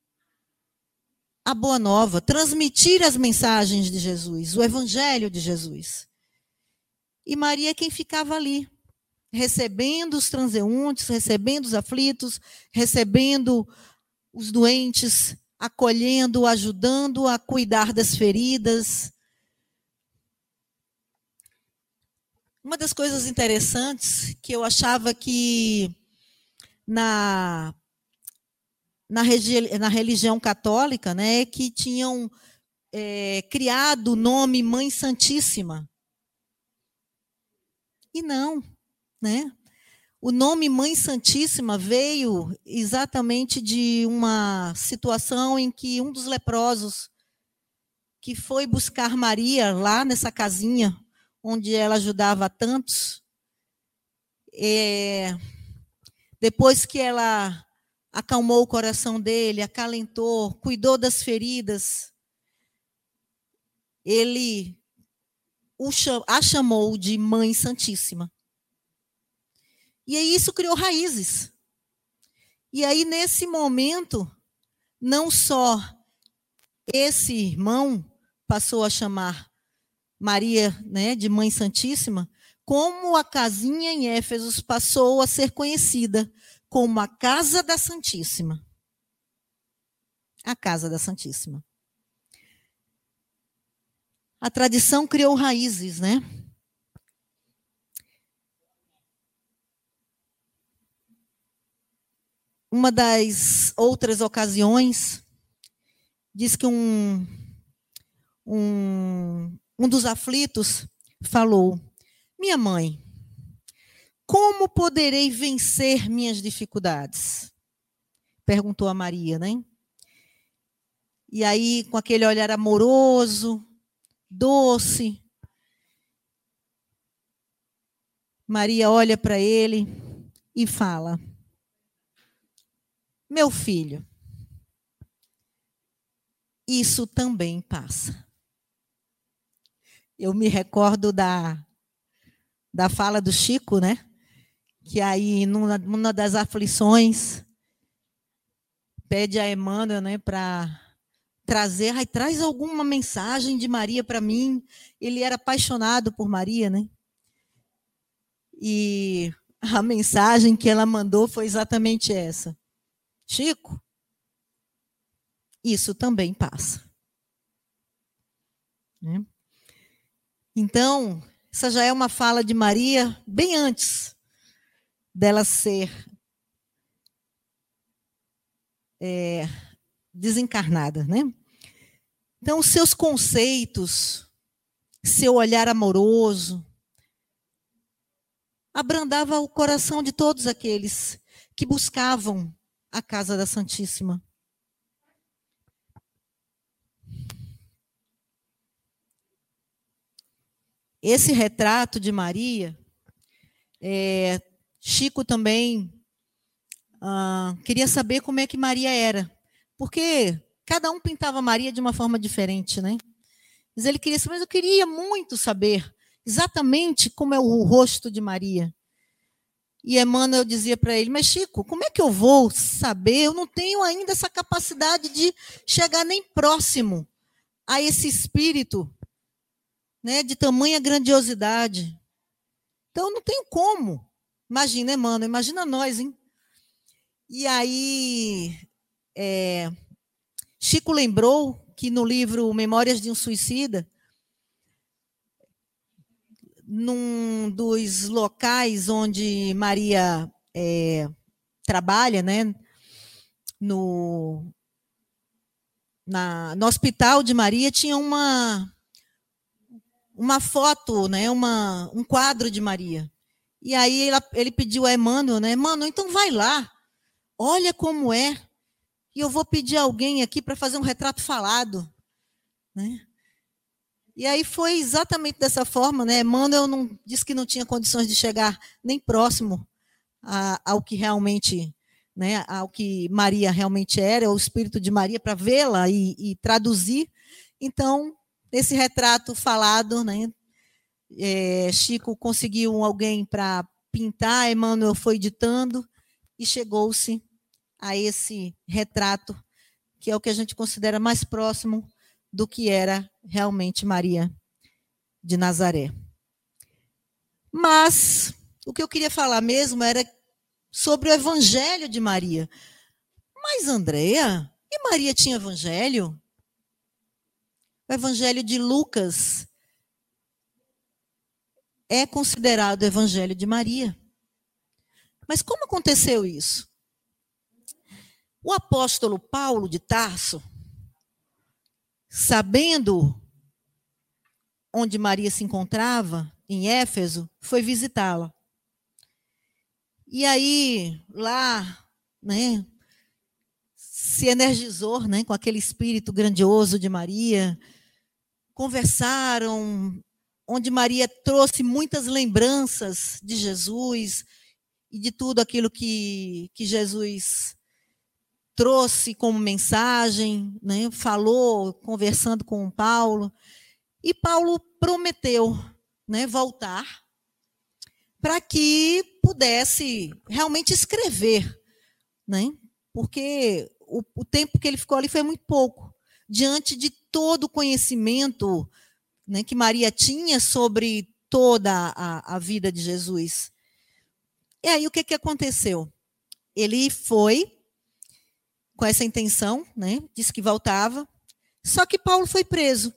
a boa nova, transmitir as mensagens de Jesus, o evangelho de Jesus. E Maria é quem ficava ali, recebendo os transeuntes, recebendo os aflitos, recebendo os doentes, acolhendo, ajudando a cuidar das feridas. Uma das coisas interessantes que eu achava que na, na, regi- na religião católica, né, que tinham é, criado o nome Mãe Santíssima. E não, né? O nome Mãe Santíssima veio exatamente de uma situação em que um dos leprosos que foi buscar Maria lá nessa casinha onde ela ajudava tantos, é, depois que ela acalmou o coração dele, acalentou, cuidou das feridas, ele o cham- a chamou de Mãe Santíssima. E aí isso criou raízes. E aí, nesse momento, não só esse irmão passou a chamar Maria, né, de Mãe Santíssima, como a casinha em Éfeso passou a ser conhecida como a Casa da Santíssima. A Casa da Santíssima. A tradição criou raízes, né? Uma das outras ocasiões, diz que um, um, um dos aflitos falou: minha mãe, como poderei vencer minhas dificuldades? Perguntou a Maria, né? E aí, com aquele olhar amoroso, doce, Maria olha para ele e fala: meu filho, isso também passa. Eu me recordo da, da fala do Chico, né? Que aí, numa, numa das aflições, pede a Emmanuel, né, para trazer, ai, traz alguma mensagem de Maria para mim. Ele era apaixonado por Maria, né? E a mensagem que ela mandou foi exatamente essa: Chico, isso também passa. Né? Então, essa já é uma fala de Maria bem antes dela ser é, desencarnada, né? Então, os seus conceitos, seu olhar amoroso, abrandava o coração de todos aqueles que buscavam a Casa da Santíssima. Esse retrato de Maria, é, Chico também ah, queria saber como é que Maria era, porque cada um pintava Maria de uma forma diferente, né? Mas ele queria saber, mas eu queria muito saber exatamente como é o rosto de Maria. E Emmanuel dizia para ele: mas Chico, como é que eu vou saber? Eu não tenho ainda essa capacidade de chegar nem próximo a esse espírito, né, de tamanha grandiosidade. Então, eu não tenho como. Imagina, Emmanuel, imagina nós, hein? E aí, é, Chico lembrou que no livro Memórias de um Suicida, num dos locais onde Maria é, trabalha, né, no, na, no hospital de Maria tinha uma, uma foto, né, uma, um quadro de Maria. E aí ele, ele pediu a Emmanuel, né, Emmanuel, então vai lá, olha como é, e eu vou pedir alguém aqui para fazer um retrato falado, né? E aí foi exatamente dessa forma, né? Emmanuel não, disse que não tinha condições de chegar nem próximo a, ao que realmente, né, ao que Maria realmente era, o espírito de Maria, para vê-la e, e traduzir. Então, esse retrato falado, né, é, Chico conseguiu alguém para pintar, Emmanuel foi ditando e chegou-se a esse retrato, que é o que a gente considera mais próximo do que era realmente Maria de Nazaré. Mas o que eu queria falar mesmo era sobre o evangelho de Maria. Mas, Andréa, e Maria tinha evangelho? O evangelho de Lucas é considerado o evangelho de Maria. Mas como aconteceu isso? O apóstolo Paulo de Tarso, sabendo onde Maria se encontrava, em Éfeso, foi visitá-la. E aí, lá, né, se energizou, né, com aquele espírito grandioso de Maria, conversaram, onde Maria trouxe muitas lembranças de Jesus e de tudo aquilo que, que Jesus trouxe como mensagem, né, falou, conversando com Paulo. E Paulo prometeu, né, voltar para que pudesse realmente escrever, né, porque o, o tempo que ele ficou ali foi muito pouco, diante de todo o conhecimento, né, que Maria tinha sobre toda a, a vida de Jesus. E aí o que, que aconteceu? Ele foi com essa intenção, né, disse que voltava, só que Paulo foi preso.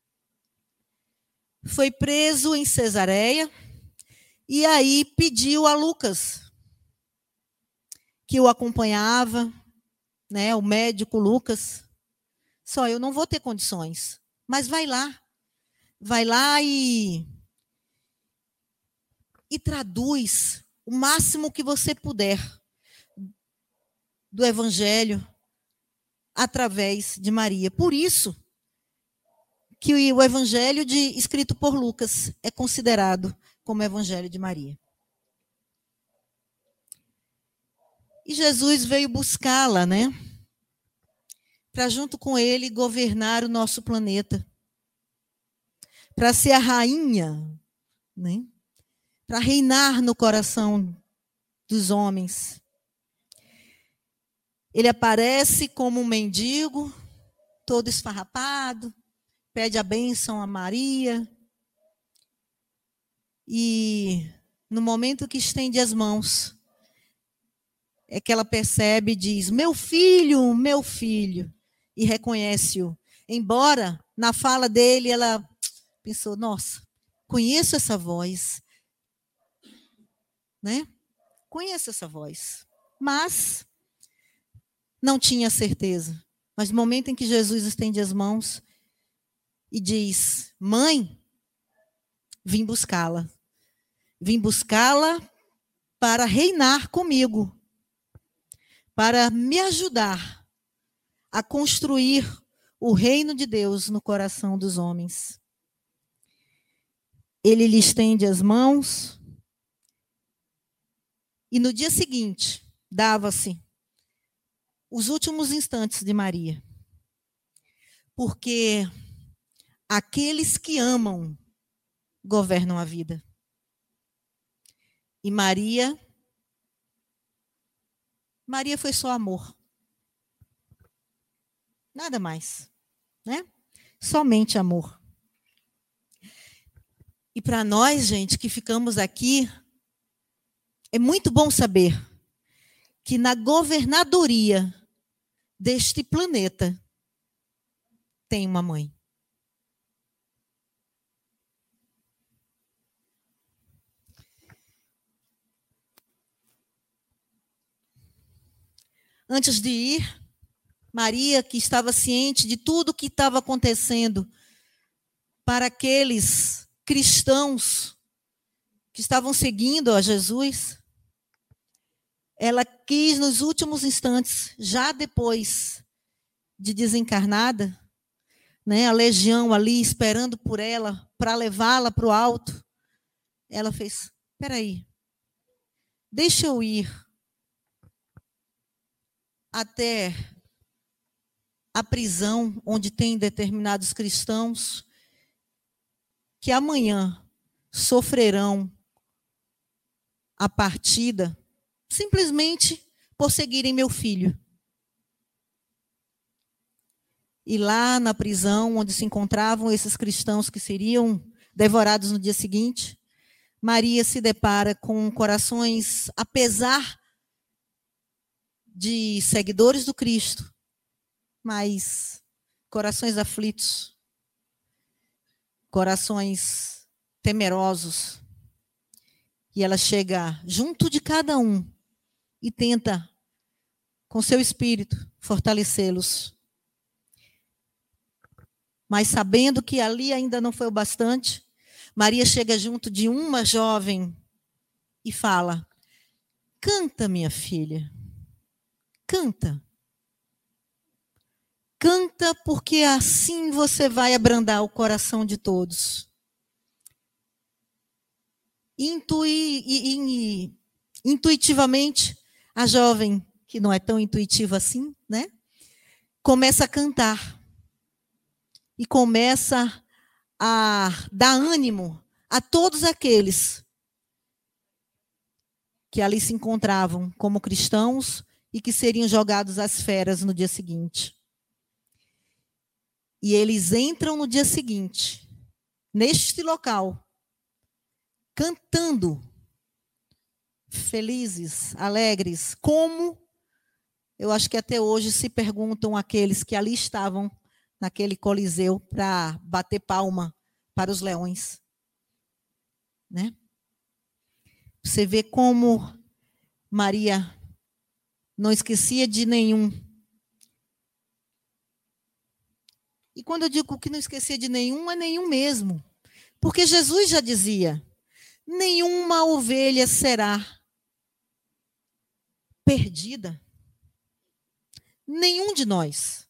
Foi preso em Cesareia, e aí pediu a Lucas, que o acompanhava, né, o médico Lucas, só eu não vou ter condições, mas vai lá, vai lá e, e traduz o máximo que você puder do Evangelho através de Maria. Por isso que o Evangelho de, escrito por Lucas é considerado como Evangelho de Maria. E Jesus veio buscá-la, né? Para junto com ele governar o nosso planeta. Para ser a rainha, né? Para reinar no coração dos homens. Ele aparece como um mendigo, todo esfarrapado, pede a bênção a Maria. E no momento que estende as mãos, é que ela percebe e diz, meu filho, meu filho, e reconhece-o. Embora, na fala dele, ela pensou, nossa, conheço essa voz, né? Conheço essa voz, mas não tinha certeza. Mas no momento em que Jesus estende as mãos e diz, mãe, vim buscá-la. Vim buscá-la para reinar comigo, para me ajudar a construir o reino de Deus no coração dos homens. Ele lhe estende as mãos e no dia seguinte dava-se os últimos instantes de Maria. Porque aqueles que amam governam a vida. E Maria, Maria foi só amor. Nada mais, né? Somente amor. E para nós, gente, que ficamos aqui, é muito bom saber que na governadoria deste planeta tem uma mãe. Antes de ir, Maria, que estava ciente de tudo o que estava acontecendo para aqueles cristãos que estavam seguindo a Jesus, ela quis, nos últimos instantes, já depois de desencarnada, né, a legião ali esperando por ela, para levá-la para o alto, ela fez, espera aí, deixa eu ir até a prisão onde tem determinados cristãos que amanhã sofrerão a partida simplesmente por seguirem meu filho. E lá na prisão onde se encontravam esses cristãos que seriam devorados no dia seguinte, Maria se depara com corações, apesar de seguidores do Cristo, mas corações aflitos, corações temerosos. E ela chega junto de cada um e tenta, com seu espírito, fortalecê-los. Mas sabendo que ali ainda não foi o bastante, Maria chega junto de uma jovem e fala, canta, minha filha, canta. Canta, porque assim você vai abrandar o coração de todos. Intui, in, intuitivamente, a jovem, que não é tão intuitiva assim, né, começa a cantar. E começa a dar ânimo a todos aqueles que ali se encontravam como cristãos e que seriam jogados às feras no dia seguinte. E eles entram no dia seguinte, neste local, cantando, felizes, alegres, como eu acho que até hoje se perguntam aqueles que ali estavam naquele coliseu para bater palma para os leões. Né? Você vê como Maria não esquecia de nenhum. E quando eu digo que não esquecia de nenhum, é nenhum mesmo. Porque Jesus já dizia, nenhuma ovelha será perdida. Nenhum de nós.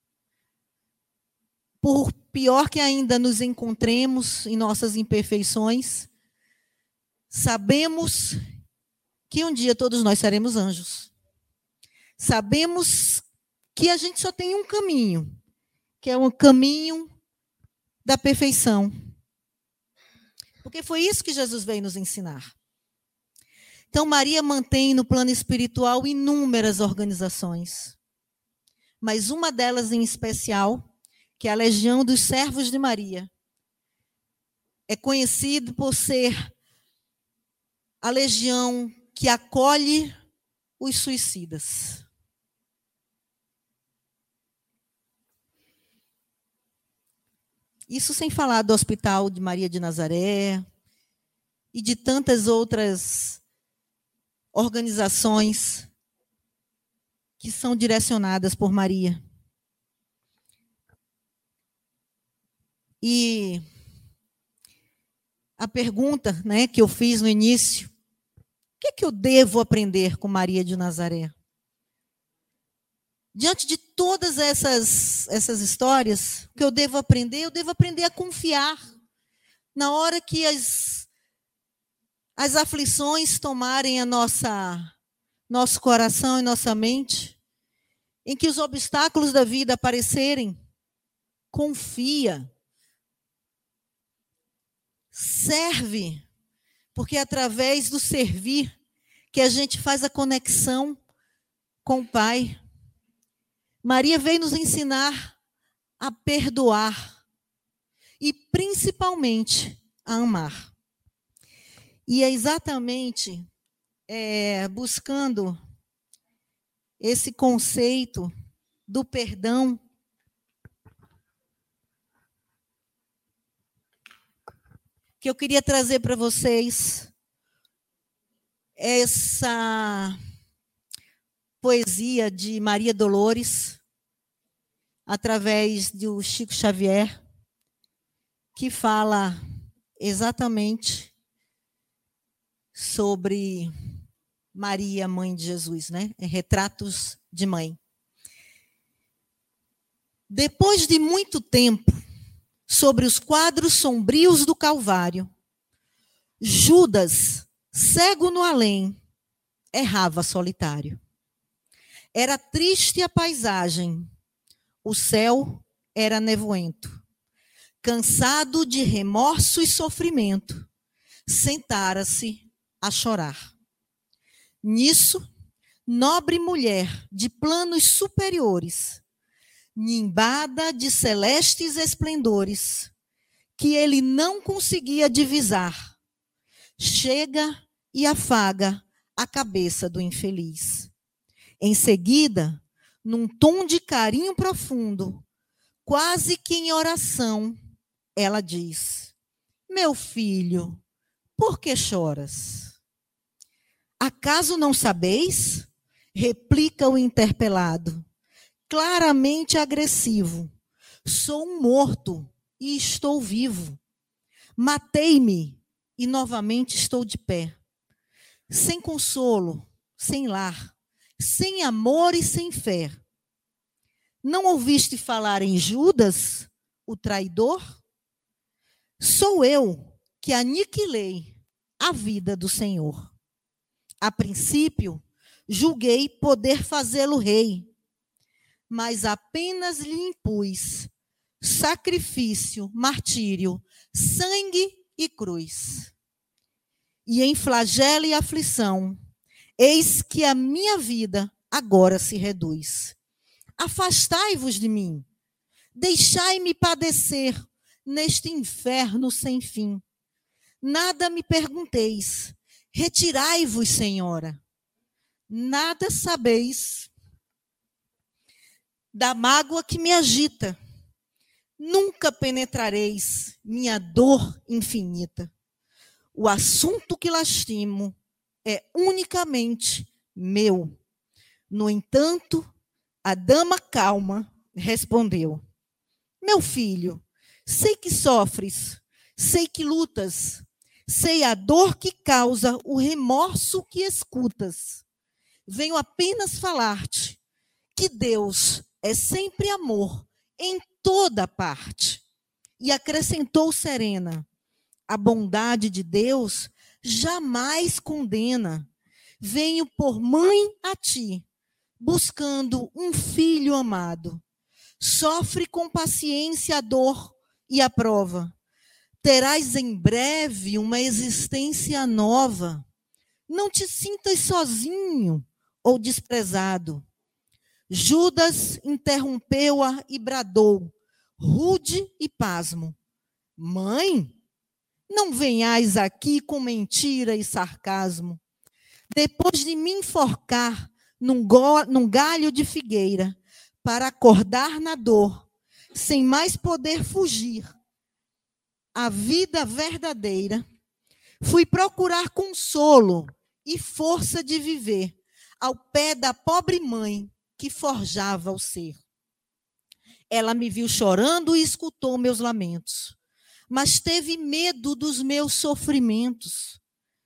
Por pior que ainda nos encontremos em nossas imperfeições, sabemos que um dia todos nós seremos anjos. Sabemos que a gente só tem um caminho, que é o caminho da perfeição. Porque foi isso que Jesus veio nos ensinar. Então, Maria mantém no plano espiritual inúmeras organizações. Mas uma delas em especial, que é a Legião dos Servos de Maria, é conhecido por ser a legião que acolhe os suicidas. Isso sem falar do Hospital de Maria de Nazaré e de tantas outras organizações que são direcionadas por Maria. E a pergunta, né, que eu fiz no início, o que é que eu devo aprender com Maria de Nazaré? Diante de todas essas, essas histórias, o que eu devo aprender? Eu devo aprender a confiar. Na hora que as, as aflições tomarem a nossa, nosso coração e nossa mente, em que os obstáculos da vida aparecerem, confia. Serve, porque é através do servir que a gente faz a conexão com o Pai. Maria veio nos ensinar a perdoar e, principalmente, a amar. E é exatamente é, buscando esse conceito do perdão que eu queria trazer para vocês essa poesia de Maria Dolores, através do Chico Xavier, que fala exatamente sobre Maria, mãe de Jesus, né? É Retratos de Mãe. Depois de muito tempo, sobre os quadros sombrios do Calvário, Judas, cego no além, errava solitário. Era triste a paisagem, o céu era nevoento. Cansado de remorso e sofrimento, sentara-se a chorar. Nisso, nobre mulher de planos superiores, nimbada de celestes esplendores, que ele não conseguia divisar, chega e afaga a cabeça do infeliz. Em seguida, num tom de carinho profundo, quase que em oração, ela diz: meu filho, por que choras? Acaso não sabeis? Replica o interpelado, claramente agressivo. Sou um morto e estou vivo. Matei-me e novamente estou de pé. Sem consolo, sem lar, sem amor e sem fé. Não ouviste falar em Judas, o traidor? Sou eu que aniquilei a vida do Senhor. A princípio, julguei poder fazê-lo rei, mas apenas lhe impus sacrifício, martírio, sangue e cruz. E em flagelo e aflição, eis que a minha vida agora se reduz. Afastai-vos de mim, deixai-me padecer neste inferno sem fim. Nada me pergunteis, retirai-vos, Senhora. Nada sabeis da mágoa que me agita. Nunca penetrareis minha dor infinita. O assunto que lastimo é unicamente meu. No entanto, a dama calma respondeu: meu filho, sei que sofres, sei que lutas, sei a dor que causa o remorso que escutas. Venho apenas falar-te que Deus é sempre amor em toda parte. E acrescentou serena: a bondade de Deus jamais condena. Venho por mãe a ti, buscando um filho amado. Sofre com paciência a dor e a prova. Terás em breve uma existência nova. Não te sintas sozinho ou desprezado. Judas interrompeu-a e bradou, rude e pasmo: mãe, não venhais aqui com mentira e sarcasmo. Depois de me enforcar num, go- num galho de figueira, para acordar na dor, sem mais poder fugir, a vida verdadeira, fui procurar consolo e força de viver ao pé da pobre mãe que forjava o ser. Ela me viu chorando e escutou meus lamentos, mas teve medo dos meus sofrimentos.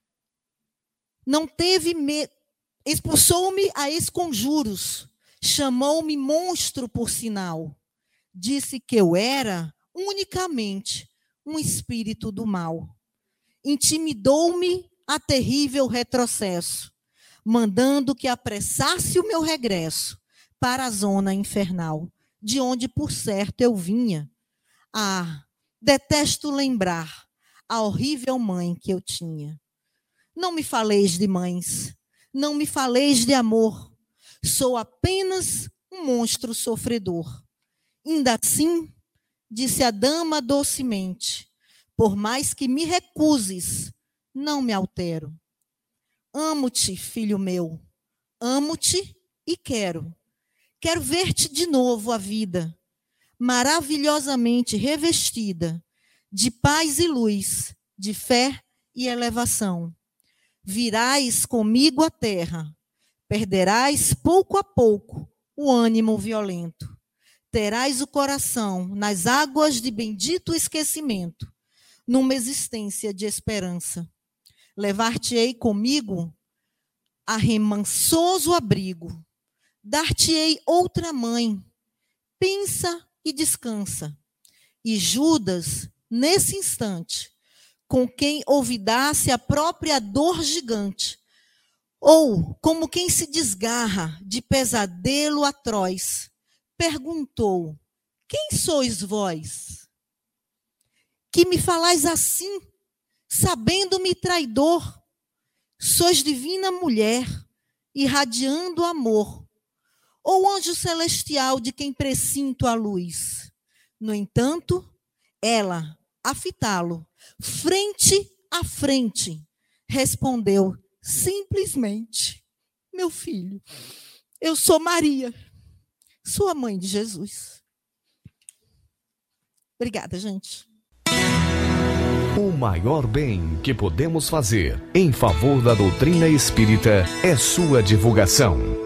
Não teve medo, expulsou-me a esconjuros, chamou-me monstro por sinal. Disse que eu era unicamente um espírito do mal. Intimidou-me a terrível retrocesso, mandando que apressasse o meu regresso para a zona infernal, de onde, por certo, eu vinha. Ah, detesto lembrar a horrível mãe que eu tinha. Não me faleis de mães, não me faleis de amor. Sou apenas um monstro sofredor. Ainda assim, disse a dama docemente, por mais que me recuses, não me altero. Amo-te, filho meu, amo-te e quero. Quero ver-te de novo a vida, maravilhosamente revestida de paz e luz, de fé e elevação. Virás comigo à terra, Perderás pouco a pouco o ânimo violento. Terás o coração nas águas de bendito esquecimento, numa existência de esperança. Levar-te-ei comigo a remansoso abrigo. Dar-te-ei outra mãe. Pensa e descansa. E Judas, nesse instante, com quem olvidasse a própria dor gigante, ou como quem se desgarra de pesadelo atroz, perguntou: quem sois vós? Que me falais assim, sabendo-me traidor? Sois divina mulher, irradiando amor, ou anjo celestial de quem presinto a luz? No entanto, ela, a fitá-lo, frente a frente, respondeu simplesmente: meu filho, eu sou Maria, sua mãe de Jesus. Obrigada, gente. O maior bem que podemos fazer em favor da doutrina espírita é sua divulgação.